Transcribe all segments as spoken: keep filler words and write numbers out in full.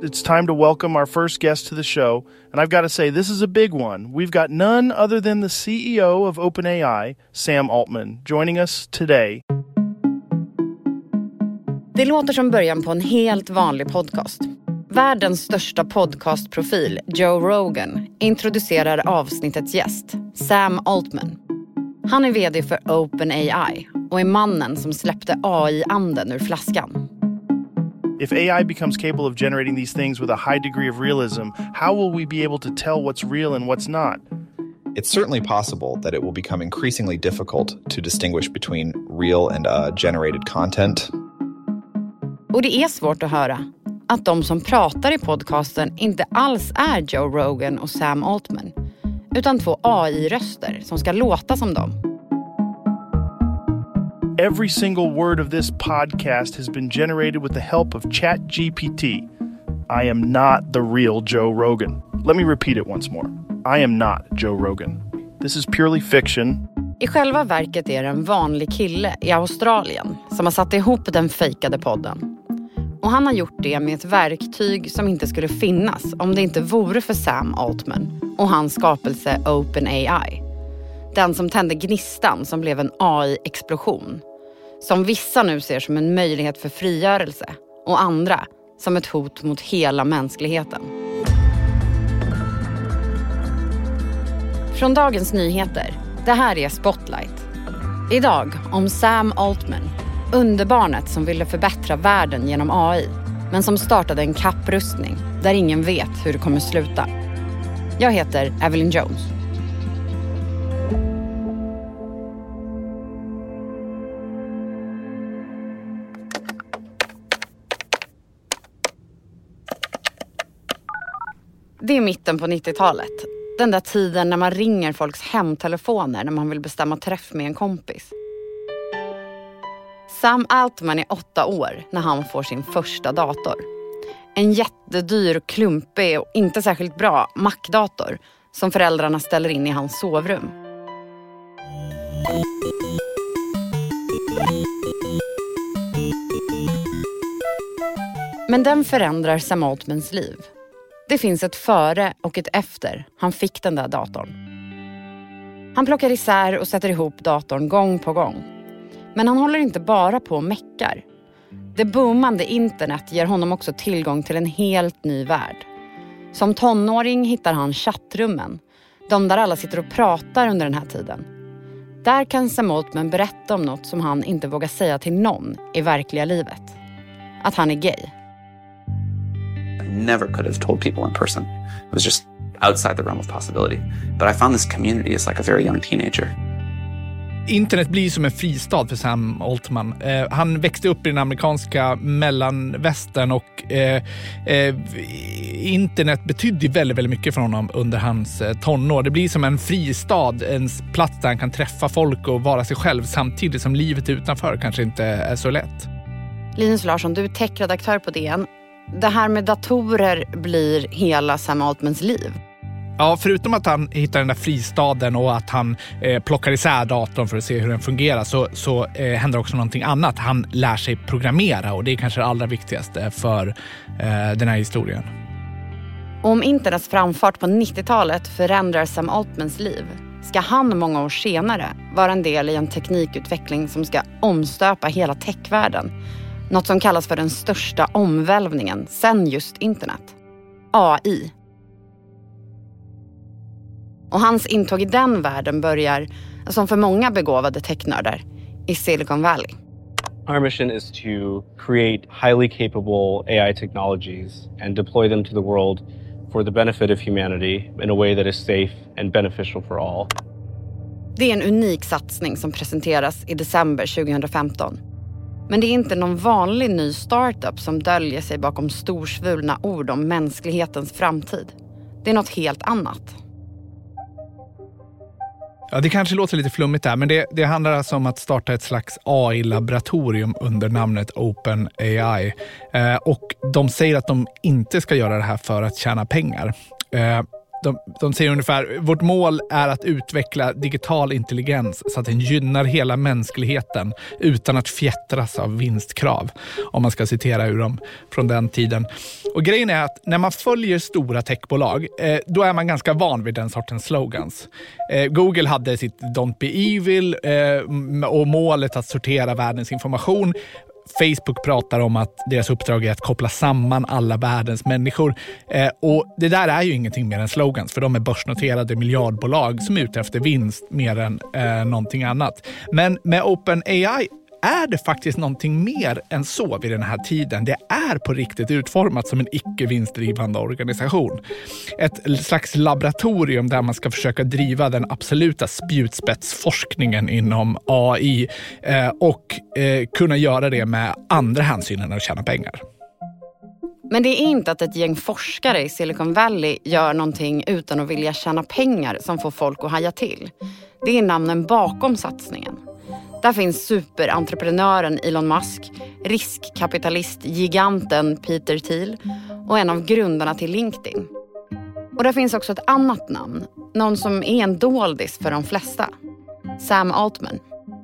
it's time to welcome our first guest to the show. And I've got to say, this is a big one. We've got none other than the C E O of OpenAI, Sam Altman, joining us today. Det låter som början på en helt vanlig podcast. Världens största podcastprofil, Joe Rogan, introducerar avsnittets gäst, Sam Altman. Han är vd för OpenAI och är mannen som släppte A I-anden ur flaskan. If A I becomes capable of generating these things with a high degree of realism, how will we be able to tell what's real and what's not? It's certainly possible that it will become increasingly difficult to distinguish between real and uh, generated content. Och det är svårt att höra att de som pratar i podcasten inte alls är Joe Rogan och Sam Altman, utan två A I-röster som ska låta som dem. Every single word of this podcast has been generated with the help of ChatGPT. I am not the real Joe Rogan. Let me repeat it once more. I am not Joe Rogan. This is purely fiction. I själva verket är det en vanlig kille i Australien som har satt ihop den fejkade podden. Och han har gjort det med ett verktyg som inte skulle finnas om det inte vore för Sam Altman och hans skapelse OpenAI. Den som tände gnistan som blev en A I-explosion. Som vissa nu ser som en möjlighet för frigörelse och andra som ett hot mot hela mänskligheten. Från Dagens Nyheter, det här är Spotlight. Idag om Sam Altman, underbarnet som ville förbättra världen genom A I, men som startade en kapprustning där ingen vet hur det kommer sluta. Jag heter Evelyn Jones. Det är mitten på nittiotalet. Den där tiden när man ringer folks hemtelefoner när man vill bestämma träff med en kompis. Sam Altman är åtta år när han får sin första dator. En jättedyr, klumpig och inte särskilt bra Mac-dator som föräldrarna ställer in i hans sovrum. Men den förändrar Sam Altmans liv. Det finns ett före och ett efter han fick den där datorn. Han plockar isär och sätter ihop datorn gång på gång. Men han håller inte bara på och meckar. Det boomande internet ger honom också tillgång till en helt ny värld. Som tonåring hittar han chattrummen. De där alla sitter och pratar under den här tiden. Där kan Sam Altman berätta om något som han inte vågar säga till någon i verkliga livet. Att han är gay. I never could have told people in person. It was just outside the realm of possibility. But I found this community as like a very young teenager. Internet blir som en fristad för Sam Altman. Eh, han växte upp i den amerikanska mellanvästern och eh, eh, internet betydde väldigt, väldigt mycket för honom under hans eh, tonår. Det blir som en fristad, en plats där han kan träffa folk och vara sig själv samtidigt som livet utanför kanske inte är så lätt. Linus Larsson, du är techredaktör på D N. Det här med datorer blir hela Sam Altmans liv. Ja, förutom att han hittar den där fristaden och att han eh, plockar isär datorn för att se hur den fungerar så, så eh, händer också någonting annat. Han lär sig programmera och det är kanske det allra viktigaste för eh, den här historien. Och om internets framfart på nittiotalet förändrar Sam Altmans liv ska han många år senare vara en del i en teknikutveckling som ska omstöpa hela techvärlden. Något som kallas för den största omvälvningen sen just internet. A I. Och hans intåg i den världen börjar, som för många begåvade technördar, i Silicon Valley. Our mission is to create highly capable A I technologies and deploy them to the world for the benefit of humanity in a way that is safe and beneficial for all. Det är en unik satsning som presenteras i december tjugohundrafemton. Men det är inte någon vanlig ny startup som döljer sig bakom storsvulna ord om mänsklighetens framtid. Det är något helt annat. Ja, det kanske låter lite flummigt där, men det, det handlar alltså om att starta ett slags A I-laboratorium under namnet OpenAI. Eh, och de säger att de inte ska göra det här för att tjäna pengar. Eh, De, de säger ungefär, vårt mål är att utveckla digital intelligens så att den gynnar hela mänskligheten utan att fjättras av vinstkrav, om man ska citera ur dem från den tiden. Och grejen är att när man följer stora techbolag, eh, då är man ganska van vid den sortens slogans. Eh, Google hade sitt Don't be evil eh, och målet att sortera världens information. Facebook pratar om att deras uppdrag är att koppla samman alla världens människor. Eh, och det där är ju ingenting mer än slogans, för de är börsnoterade miljardbolag som är ute efter vinst mer än eh, någonting annat. Men med OpenAI är det faktiskt någonting mer än så vid den här tiden. Det är på riktigt utformat som en icke-vinstdrivande organisation. Ett slags laboratorium där man ska försöka driva den absoluta spjutspetsforskningen inom A I eh, och eh, kunna göra det med andra hänsyn än att tjäna pengar. Men det är inte att ett gäng forskare i Silicon Valley gör någonting utan att vilja tjäna pengar som får folk att haja till. Det är namnen bakom satsningen. Där finns superentreprenören Elon Musk, riskkapitalist-giganten Peter Thiel och en av grundarna till LinkedIn. Och där finns också ett annat namn, någon som är en doldis för de flesta. Sam Altman.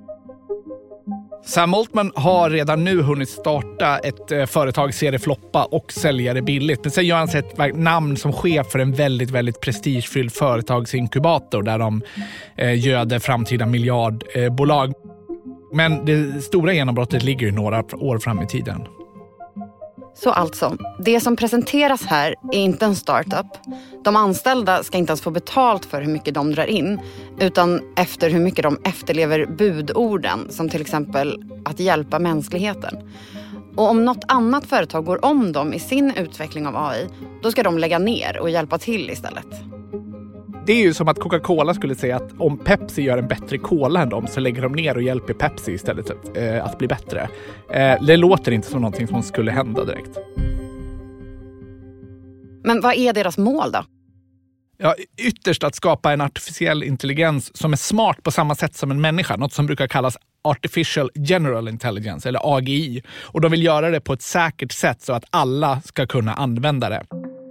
Sam Altman har redan nu hunnit starta ett eh, företag, se det floppa och sälja det billigt. Men sen gör han sig ett namn som chef för en väldigt, väldigt prestigefylld företagsinkubator där de eh, göder framtida miljardbolag. Eh, Men det stora genombrottet ligger ju några år fram i tiden. Så alltså, det som presenteras här är inte en startup. De anställda ska inte ens få betalt för hur mycket de drar in, utan efter hur mycket de efterlever budorden, som till exempel att hjälpa mänskligheten. Och om något annat företag går om dem i sin utveckling av A I, då ska de lägga ner och hjälpa till istället. Det är ju som att Coca-Cola skulle säga att om Pepsi gör en bättre cola än dem så lägger de ner och hjälper Pepsi istället att, eh, att bli bättre. Eh, det låter inte som någonting som skulle hända direkt. Men vad är deras mål då? Ja, ytterst att skapa en artificiell intelligens som är smart på samma sätt som en människa. Något som brukar kallas Artificial General Intelligence eller A G I. Och de vill göra det på ett säkert sätt så att alla ska kunna använda det.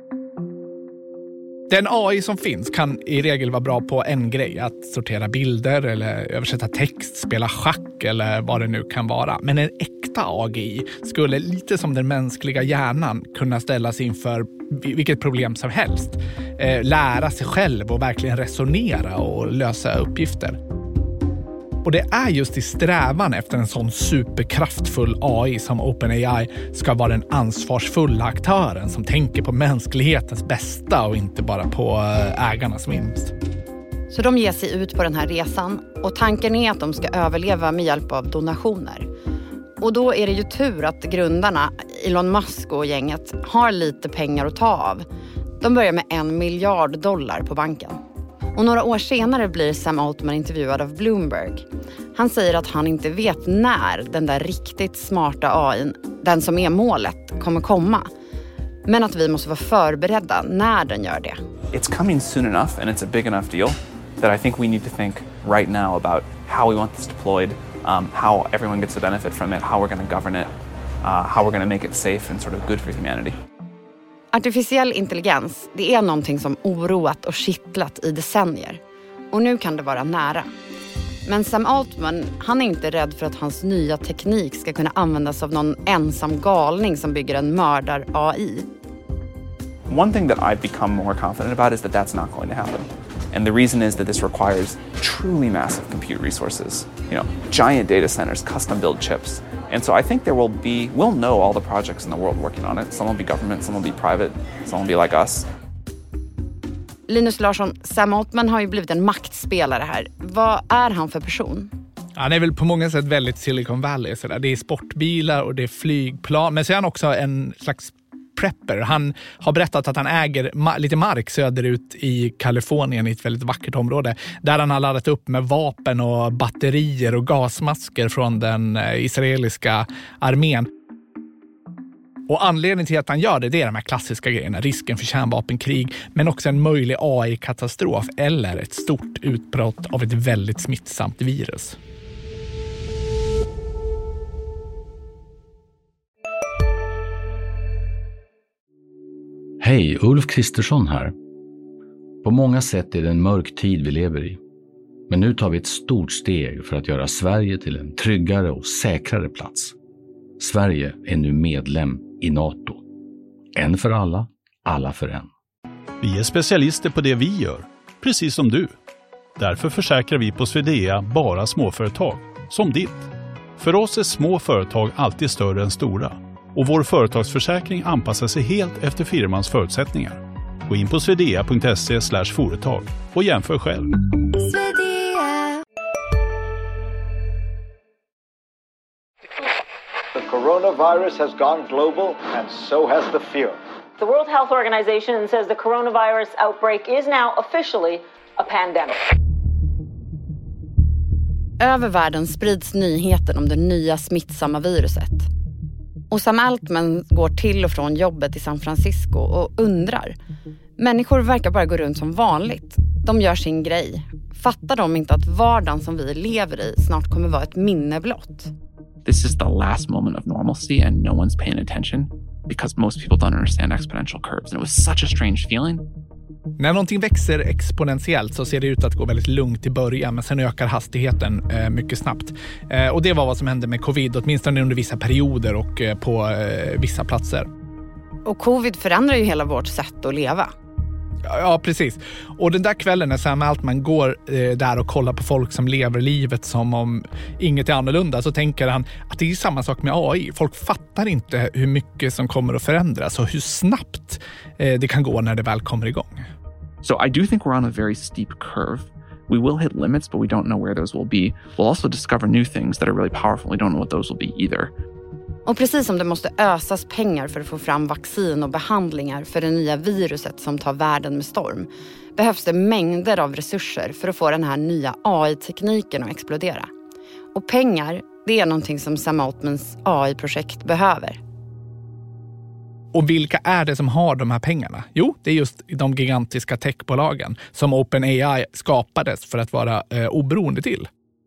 Den A I som finns kan i regel vara bra på en grej, att sortera bilder eller översätta text, spela schack eller vad det nu kan vara. Men en äkta A G I skulle lite som den mänskliga hjärnan kunna ställas inför vilket problem som helst. Eh, lära sig själv och verkligen resonera och lösa uppgifter. Och det är just i strävan efter en sån superkraftfull A I som OpenAI ska vara den ansvarsfulla aktören som tänker på mänsklighetens bästa och inte bara på ägarnas vinst. Så de ger sig ut på den här resan och tanken är att de ska överleva med hjälp av donationer. Och då är det ju tur att grundarna, Elon Musk och gänget, har lite pengar att ta av. De börjar med en miljard dollar på banken. Och några år senare blir Sam Altman intervjuad av Bloomberg. Han säger att han inte vet när den där riktigt smarta A I, den som är målet, kommer komma. Men att vi måste vara förberedda när den gör det. It's coming soon enough and it's a big enough deal that I think we need to think right now about how we want this deployed, um, how everyone gets a benefit from it, how we're going to govern it, uh, how we're going to make it safe and sort of good for humanity. Artificiell intelligens, det är någonting som oroat och kittlat i decennier. Och nu kan det vara nära. Men Sam Altman, han är inte rädd för att hans nya teknik ska kunna användas av någon ensam galning som bygger en mördar-A I. One thing that I've become more confident about is that that's not going to happen. And the reason is that this requires truly massive compute resources, you know, giant data centers, custom-built chips. And so I think there will be, we'll know all the projects in the world working on it. Some will be government, some will be private, some will be like us. Linus Larsson, Sam Altman har ju blivit en maktspelare här. Vad är han för person? Han är väl på många sätt väldigt Silicon Valley. Så där. Det är sportbilar och det är flygplan. Men så är han också en slags prepper. Han har berättat att han äger ma- lite mark söderut i Kalifornien i ett väldigt vackert område. Där han har laddat upp med vapen och batterier och gasmasker från den eh, israeliska armén. Och anledningen till att han gör det, det är de här klassiska grejerna. Risken för kärnvapenkrig, men också en möjlig A I-katastrof eller ett stort utbrott av ett väldigt smittsamt virus. Hej, Ulf Kristersson här. På många sätt är det en mörk tid vi lever i. Men nu tar vi ett stort steg för att göra Sverige till en tryggare och säkrare plats. Sverige är nu medlem i NATO. En för alla, alla för en. Vi är specialister på det vi gör, precis som du. Därför försäkrar vi på Swedea bara småföretag, som ditt. För oss är små företag alltid större än stora. Och vår företagsförsäkring anpassar sig helt efter firmans förutsättningar. Gå in på swedea punkt se slash företag och jämför själv. The coronavirus has gone global and so has the fear. The World Health Organization says the coronavirus outbreak is now officially a pandemic. Över världen sprids nyheten om det nya smittsamma viruset. Och Sam Altman går till och från jobbet i San Francisco och undrar. Människor verkar bara gå runt som vanligt. De gör sin grej. Fattar de inte att vardagen som vi lever i snart kommer vara ett minne blott? This is the last moment of normalcy and no one's paying attention because most people don't understand exponential curves. And it was such a strange feeling. När någonting växer exponentiellt så ser det ut att gå väldigt lugnt i början, men sen ökar hastigheten eh, mycket snabbt. Eh, och det var vad som hände med covid, åtminstone under vissa perioder och eh, på eh, vissa platser. Och covid förändrar ju hela vårt sätt att leva. Ja, ja, precis. Och den där kvällen när Sam Altman går eh, där och kollar på folk som lever livet som om inget är annorlunda, så tänker han att det är samma sak med A I. Folk fattar inte hur mycket som kommer att förändras och hur snabbt eh, det kan gå när det väl kommer igång. So I do think we're on a very steep curve. We will hit limits, but we don't know where those will be. We'll also discover new things that are really powerful. We don't know what those will be either. Och precis som det måste ösas pengar för att få fram vaccin och behandlingar för det nya viruset som tar världen med storm, behövs det mängder av resurser för att få den här nya A I-tekniken att explodera. Och pengar, det är någonting som Sam Altmans A I-projekt behöver. Och vilka är det som har de här pengarna? Jo, det är just de gigantiska techbolagen som OpenAI skapades för att vara eh, oberoende till.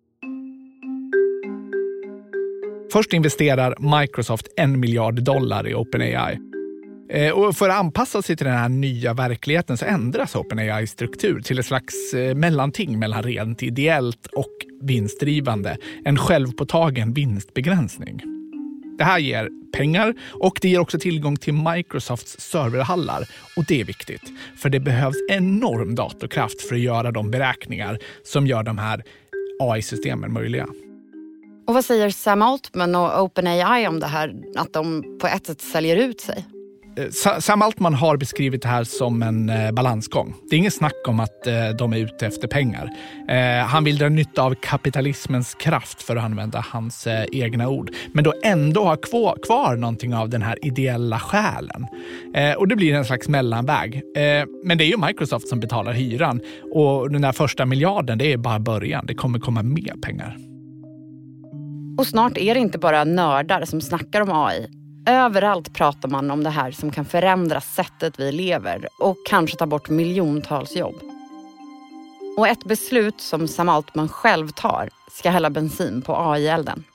Först investerar Microsoft en miljard dollar i OpenAI. Eh, och för att anpassa sig till den här nya verkligheten så ändras OpenAIs struktur till ett slags eh, mellanting mellan rent ideellt och vinstdrivande. En självpåtagen vinstbegränsning. Det här ger pengar och det ger också tillgång till Microsofts serverhallar. Och det är viktigt, för det behövs enorm datorkraft för att göra de beräkningar som gör de här A I-systemen möjliga. Och vad säger Sam Altman och OpenAI om det här, att de på ett sätt säljer ut sig? Sam Altman har beskrivit det här som en balansgång. Det är ingen snack om att de är ute efter pengar. Han vill dra nytta av kapitalismens kraft, för att använda hans egna ord. Men då ändå ha kvar, kvar någonting av den här ideella själen. Och det blir en slags mellanväg. Men det är ju Microsoft som betalar hyran. Och den där första miljarden, det är bara början. Det kommer komma mer pengar. Och snart är det inte bara nördar som snackar om A I. Överallt pratar man om det här som kan förändra sättet vi lever och kanske ta bort miljontals jobb. Och ett beslut som Sam Altman själv tar ska hälla bensin på A I-elden.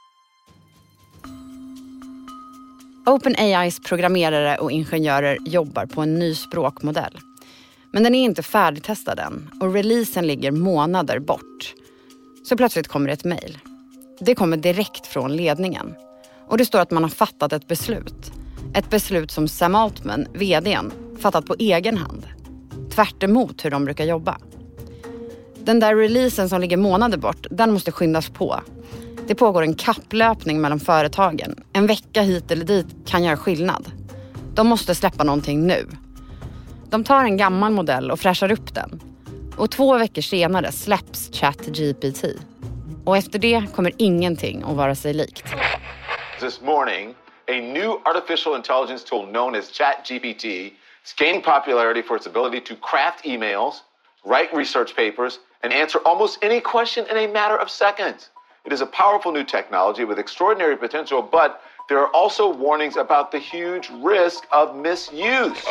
OpenAIs programmerare och ingenjörer jobbar på en ny språkmodell. Men den är inte färdigtestad än och releasen ligger månader bort. Så plötsligt kommer ett mejl. Det kommer direkt från ledningen. Och det står att man har fattat ett beslut. Ett beslut som Sam Altman, vdn, fattat på egen hand. Tvärt emot hur de brukar jobba. Den där releasen som ligger månader bort, den måste skyndas på. Det pågår en kapplöpning mellan företagen. En vecka hit eller dit kan göra skillnad. De måste släppa någonting nu. De tar en gammal modell och fräschar upp den. Och två veckor senare släpps ChatGPT. Och efter det kommer ingenting att vara sig likt. This morning, a new artificial intelligence tool known as ChatGPT is gaining popularity for its ability to craft emails, write research papers, and answer almost any question in a matter of seconds. It is a powerful new technology with extraordinary potential, but there are also warnings about the huge risk of misuse.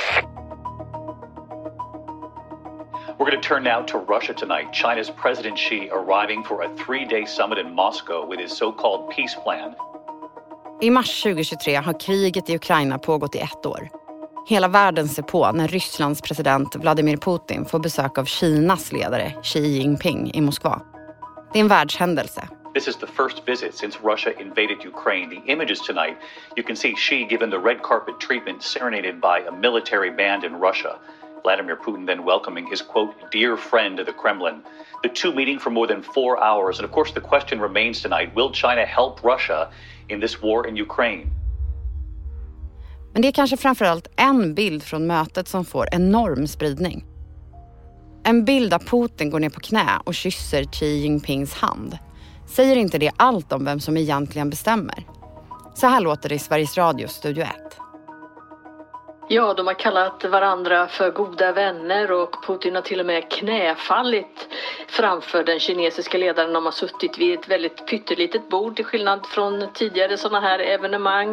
We're going to turn now to Russia tonight. China's President Xi arriving for a three-day summit in Moscow with his so-called peace plan. I mars tjugohundratjugotre har kriget i Ukraina pågått i ett år. Hela världen ser på när Rysslands president Vladimir Putin får besök av Kinas ledare Xi Jinping i Moskva. Det är en världshändelse. This is the first visit since Russia invaded Ukraine. The images tonight, you can see Xi given the red carpet treatment serenaded by a military band in Russia. Vladimir Putin then welcoming his, quote, dear friend to the Kremlin. The two meeting for more than four hours. And of course the question remains tonight, will China help Russia in this war in Ukraine? Men det är kanske framförallt en bild från mötet som får enorm spridning. En bild där Putin går ner på knä och kysser Xi Jinpings hand. Säger inte det allt om vem som egentligen bestämmer? Så här låter det i Sveriges Radio Studio ett. Ja, de har kallat varandra för goda vänner och Putin har till och med knäfallit framför den kinesiska ledaren. De har suttit vid ett väldigt pyttelitet bord till skillnad från tidigare sådana här evenemang.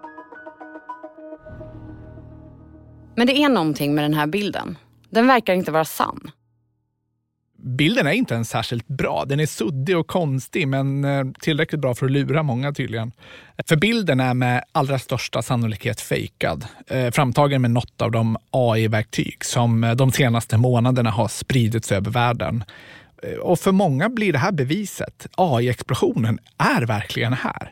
Men det är någonting med den här bilden. Den verkar inte vara sann. Bilden är inte ens särskilt bra. Den är suddig och konstig, men tillräckligt bra för att lura många tydligen. För bilden är med allra största sannolikhet fejkad. Framtagen med något av de A I-verktyg som de senaste månaderna har spridits över världen. Och för många blir det här beviset. A I-explosionen är verkligen här.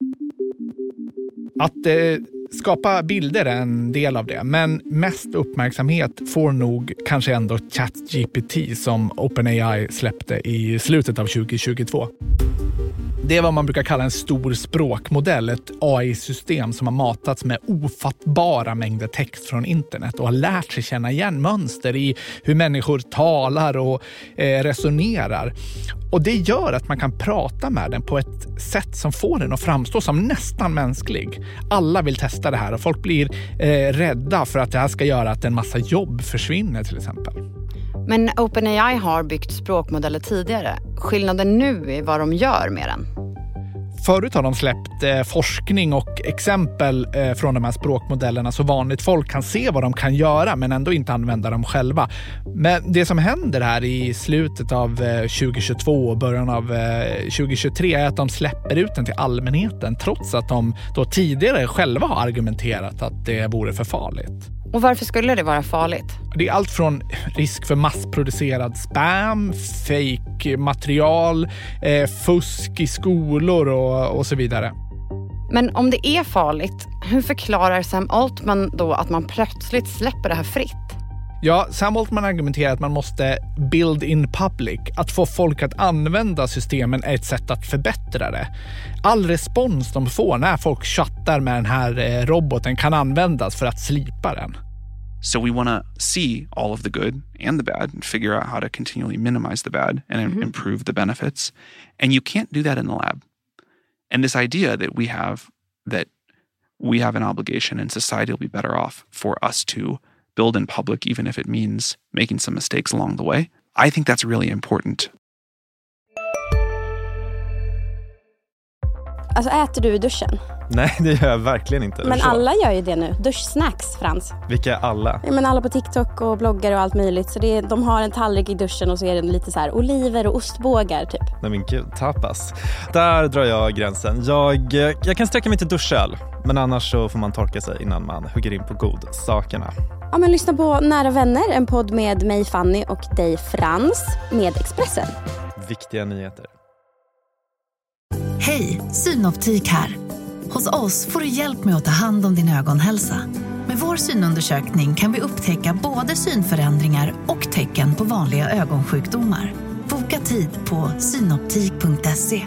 Att eh, skapa bilder är en del av det, men mest uppmärksamhet får nog kanske ändå ChatGPT som OpenAI släppte i slutet av tjugo tjugotvå. Det är vad man brukar kalla en stor språkmodell, ett A I-system som har matats med ofattbara mängder text från internet och har lärt sig känna igen mönster i hur människor talar och eh, resonerar. Och det gör att man kan prata med den på ett sätt som får den att framstå som nästan mänsklig. Alla vill testa det här och folk blir eh, rädda för att det här ska göra att en massa jobb försvinner till exempel. Men OpenAI har byggt språkmodeller tidigare. Skillnaden nu är vad de gör med den. Förut har de släppt eh, forskning och exempel eh, från de här språkmodellerna så vanligt folk kan se vad de kan göra men ändå inte använda dem själva. Men det som händer här i slutet av eh, tjugo tjugotvå och början av eh, tjugo tjugotre är att de släpper ut den till allmänheten trots att de då tidigare själva har argumenterat att det vore för farligt. Och varför skulle det vara farligt? Det är allt från risk för massproducerad spam, fake material, eh, fusk i skolor och, och så vidare. Men om det är farligt, hur förklarar Sam Altman då att man plötsligt släpper det här fritt? Ja, Sam Altman argumenterar att man måste build in public. Att få folk att använda systemen är ett sätt att förbättra det. All respons de får när folk chattar med den här roboten kan användas för att slipa den. So we want to see all of the good and the bad and figure out how to continually minimize the bad and mm-hmm. improve the benefits. And you can't do that in the lab. And this idea that we have that we have an obligation and society will be better off for us to build in public, even if it means making some mistakes along the way. I think that's really important. Alltså äter du i duschen? Nej, det gör jag verkligen inte. Men alla gör ju det nu. Duschsnacks, Frans. Vilka alla? Ja, men alla på TikTok och bloggar och allt möjligt. Så det är, de har en tallrik i duschen och så är det lite så här oliver och ostbågar typ. Nej men gud, tapas. Där drar jag gränsen. Jag, jag kan sträcka mig till duschöl. Men annars så får man torka sig innan man hugger in på god sakerna. Ja, men lyssna på Nära vänner, en podd med mig Fanny och dig Frans med Expressen. Viktiga nyheter. Hej, Synoptik här. Hos oss får du hjälp med att ta hand om din ögonhälsa. Med vår synundersökning kan vi upptäcka både synförändringar och tecken på vanliga ögonsjukdomar. Boka tid på synoptik punkt se.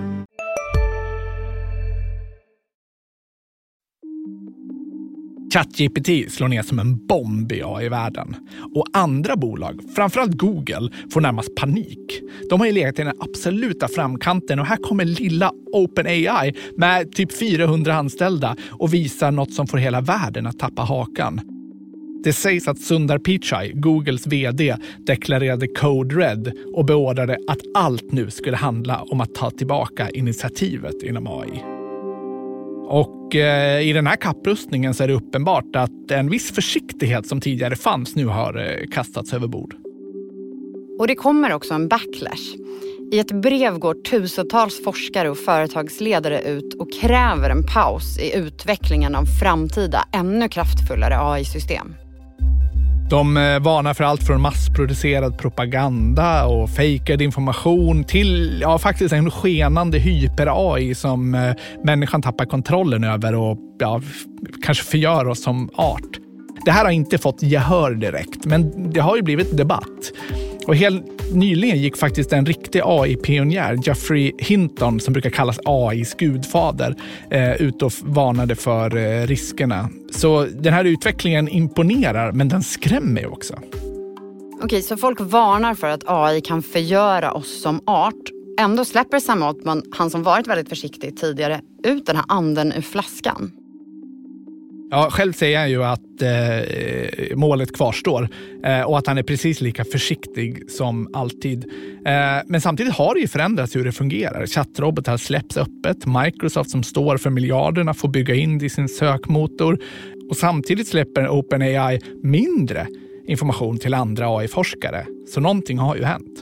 ChatGPT slår ner som en bomb i A I-världen. Och andra bolag, framförallt Google, får närmast panik. De har ju legat i den absoluta framkanten och här kommer lilla OpenAI med typ fyrahundra anställda och visar något som får hela världen att tappa hakan. Det sägs att Sundar Pichai, Googles vd, deklarerade Code Red och beordrade att allt nu skulle handla om att ta tillbaka initiativet inom A I. Och eh, i den här kapprustningen så är det uppenbart att en viss försiktighet som tidigare fanns nu har eh, kastats över bord. Och det kommer också en backlash. I ett brev går tusentals forskare och företagsledare ut och kräver en paus i utvecklingen av framtida, ännu kraftfullare A I-system. De varnar för allt från massproducerad propaganda och fejkad information till ja, faktiskt en skenande hyper-A I som eh, människan tappar kontrollen över och ja, kanske förgör oss som art. Det här har inte fått gehör direkt, men det har ju blivit debatt. Och helt nyligen gick faktiskt en riktig A I-pionjär, Geoffrey Hinton, som brukar kallas A I:s gudfader, eh, ut och varnade för eh, riskerna. Så den här utvecklingen imponerar, men den skrämmer också. Okej, så folk varnar för att A I kan förgöra oss som art. Ändå släpper Sam Altman, han som varit väldigt försiktig tidigare, ut den här anden ur flaskan. Ja, själv säger jag ju att eh, målet kvarstår eh, och att han är precis lika försiktig som alltid. Eh, men samtidigt har det ju förändrats hur det fungerar. Chattrobotar släpps öppet. Microsoft som står för miljarderna får bygga in det i sin sökmotor. Och samtidigt släpper OpenAI mindre information till andra A I-forskare. Så någonting har ju hänt.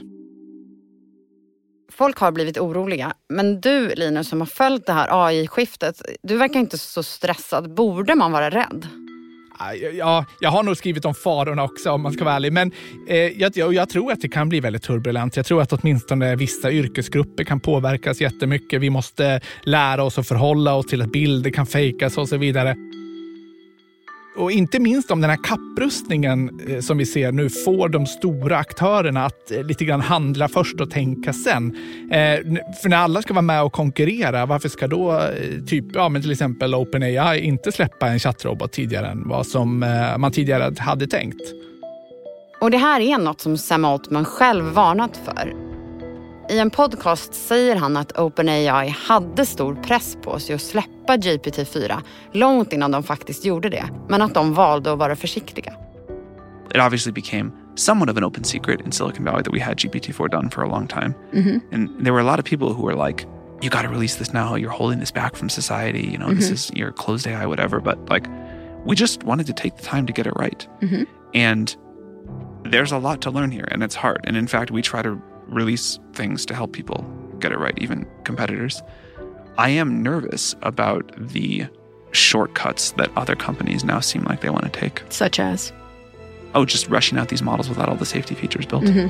Folk har blivit oroliga. Men du, Linus, som har följt det här A I-skiftet, du verkar inte så stressad. Borde man vara rädd? Ja, jag har nog skrivit om farorna också om man ska vara ärlig. Men eh, jag, jag tror att det kan bli väldigt turbulent. Jag tror att åtminstone vissa yrkesgrupper kan påverkas jättemycket. Vi måste lära oss att förhålla oss till att bilder kan fejkas och så vidare. Och inte minst om den här kapprustningen eh, som vi ser nu får de stora aktörerna att eh, lite grann handla först och tänka sen. Eh, för när alla ska vara med och konkurrera, varför ska då eh, typ, ja, men till exempel OpenAI inte släppa en chattrobot tidigare än vad som eh, man tidigare hade tänkt? Och det här är något som Sam Altman själv varnat för. I en podcast säger han att OpenAI hade stor press på sig att släppa G P T fyra långt innan de faktiskt gjorde det, men att de valde att vara försiktiga. It obviously became somewhat of an open secret in Silicon Valley that we had G P T four done for a long time. Mm-hmm. And there were a lot of people who were like, you got to release this now, you're holding this back from society, you know, mm-hmm. this is your closed A I, whatever. But like, we just wanted to take the time to get it right. Mm-hmm. And there's a lot to learn here, and it's hard. And in fact, we try to release things to help people get it right, even competitors. I am nervous about the shortcuts that other companies now seem like they want to take. Such as? Oh, just rushing out these models without all the safety features built. Mm-hmm.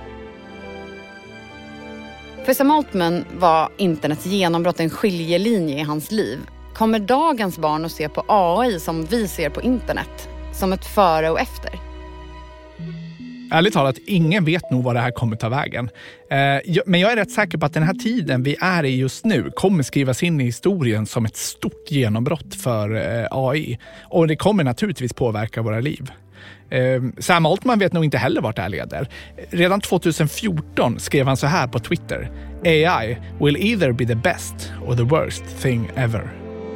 För Sam Altman var internets genombrott en skiljelinje i hans liv. Kommer dagens barn att se på A I som vi ser på internet? Som ett före och efter? Ärligt talat, ingen vet nog vad det här kommer ta vägen. Eh, men jag är rätt säker på att den här tiden vi är i just nu kommer skrivas in i historien som ett stort genombrott för eh, A I. Och det kommer naturligtvis påverka våra liv. Eh, Sam Altman vet nog inte heller vart det här leder. Redan tjugohundrafjorton skrev han så här på Twitter: A I will either be the best or the worst thing ever.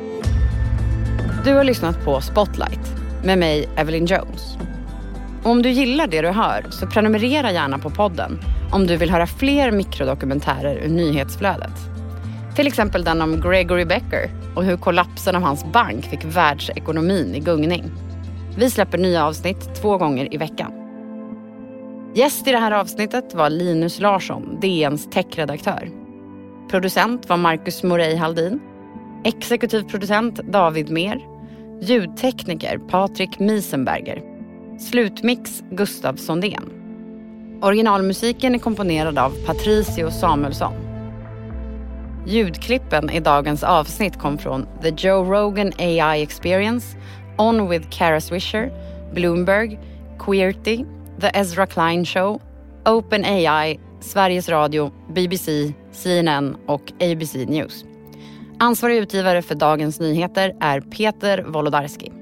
Du har lyssnat på Spotlight med mig, Evelyn Jones. Om du gillar det du hör så prenumerera gärna på podden om du vill höra fler mikrodokumentärer ur nyhetsflödet. Till exempel den om Gregory Becker och hur kollapsen av hans bank fick världsekonomin i gungning. Vi släpper nya avsnitt två gånger i veckan. Gäst i det här avsnittet var Linus Larsson, D N:s techredaktör. Producent var Marcus Morey Haldin. Exekutiv producent David Mer. Ljudtekniker Patrik Miesenberger. Slutmix Gustav Sondén. Originalmusiken är komponerad av Patricio Samuelsson. Ljudklippen i dagens avsnitt kom från The Joe Rogan A I Experience, On with Kara Swisher, Bloomberg, Queerty, The Ezra Klein Show, OpenAI, Sveriges Radio, B B C, C N N och A B C News. Ansvarig utgivare för dagens nyheter är Peter Wolodarski.